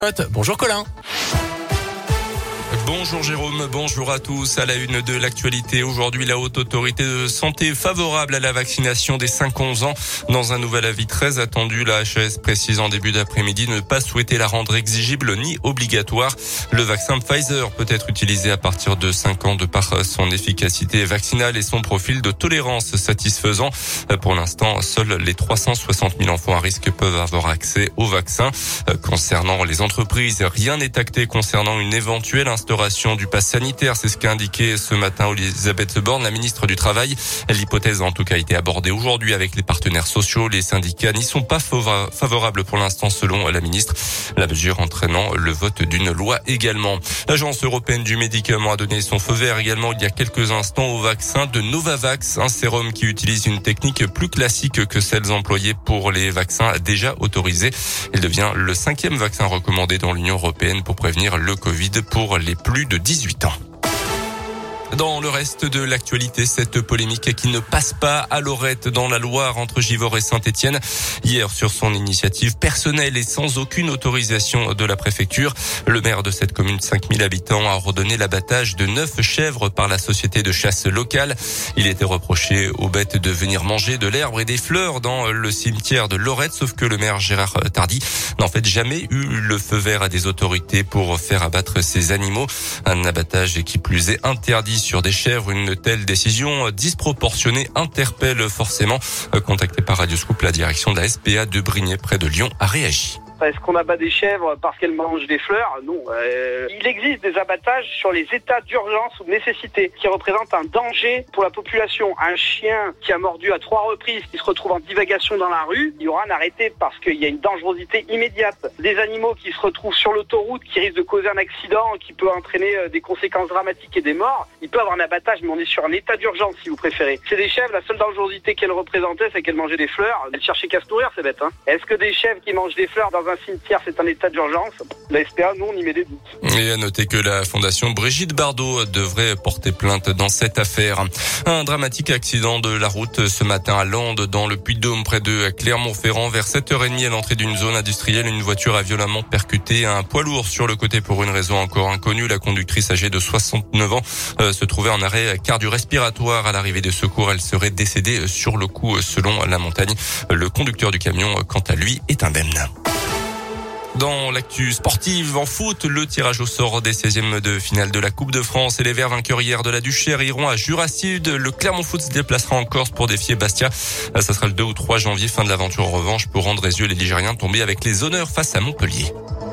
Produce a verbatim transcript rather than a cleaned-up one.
Bonjour Colin. Bonjour Jérôme, bonjour à tous. À la une de l'actualité, aujourd'hui, la Haute Autorité de Santé favorable à la vaccination des cinq à onze ans. Dans un nouvel avis très attendu, la H A S précise en début d'après-midi ne pas souhaiter la rendre exigible ni obligatoire. Le vaccin Pfizer peut être utilisé à partir de cinq ans de par son efficacité vaccinale et son profil de tolérance satisfaisant. Pour l'instant, seuls les trois cent soixante mille enfants à risque peuvent avoir accès au vaccin. Concernant les entreprises, rien n'est acté concernant une éventuelle instauration du pass sanitaire. C'est ce qu'a indiqué ce matin Elisabeth Borne, la ministre du Travail. L'hypothèse a en tout cas été abordée aujourd'hui avec les partenaires sociaux. Les syndicats n'y sont pas favorables pour l'instant selon la ministre. La mesure entraînant le vote d'une loi également. L'Agence européenne du médicament a donné son feu vert également il y a quelques instants au vaccin de Novavax, un sérum qui utilise une technique plus classique que celles employées pour les vaccins déjà autorisés. Il devient le cinquième vaccin recommandé dans l'Union européenne pour prévenir le Covid pour les plus de dix-huit ans. Dans le reste de l'actualité, cette polémique qui ne passe pas à Lorette dans la Loire entre Givors et Saint-Étienne. Hier, sur son initiative personnelle et sans aucune autorisation de la préfecture, le maire de cette commune de cinq mille habitants a ordonné l'abattage de neuf chèvres par la société de chasse locale. Il était reproché aux bêtes de venir manger de l'herbe et des fleurs dans le cimetière de Lorette, sauf que le maire Gérard Tardy n'a en fait jamais eu le feu vert à des autorités pour faire abattre ces animaux. Un abattage qui plus est interdit sur des chèvres. Une telle décision disproportionnée interpelle forcément. Contacté par Radio Scoop, la direction de la S P A de Brignais près de Lyon a réagi. Est-ce qu'on abat des chèvres parce qu'elles mangent des fleurs? Non. Euh, il existe des abattages sur les états d'urgence ou de nécessité qui représentent un danger pour la population. Un chien qui a mordu à trois reprises, qui se retrouve en divagation dans la rue, il y aura un arrêté parce qu'il y a une dangerosité immédiate. Des animaux qui se retrouvent sur l'autoroute, qui risquent de causer un accident, qui peut entraîner des conséquences dramatiques et des morts, il peut avoir un abattage, mais on est sur un état d'urgence si vous préférez. C'est des chèvres, la seule dangerosité qu'elles représentaient, c'est qu'elles mangeaient des fleurs. Elles cherchaient qu'à se nourrir, c'est bête. Hein. Est-ce que des chèvres qui mangent des fleurs dans un cimetière, c'est un état d'urgence? La S P A, nous, on y met des doutes. Et à noter que la fondation Brigitte Bardot devrait porter plainte dans cette affaire. Un dramatique accident de la route ce matin à Landes, dans le Puy-de-Dôme, près de Clermont-Ferrand. Vers sept heures trente à l'entrée d'une zone industrielle, une voiture a violemment percuté un poids lourd sur le côté pour une raison encore inconnue. La conductrice âgée de soixante-neuf ans euh, se trouvait en arrêt cardio-respiratoire. À l'arrivée des secours, elle serait décédée sur le coup selon la montagne. Le conducteur du camion, quant à lui, est indemne. Dans l'actu sportive, en foot, le tirage au sort des seizièmes de finale de la Coupe de France et les Verts vainqueurs hier de la Duchère iront à Jura-Sud. Le Clermont Foot se déplacera en Corse pour défier Bastia. Ça sera le deux ou trois janvier, fin de l'aventure en revanche pour rendre les yeux les Ligériens tombés avec les honneurs face à Montpellier.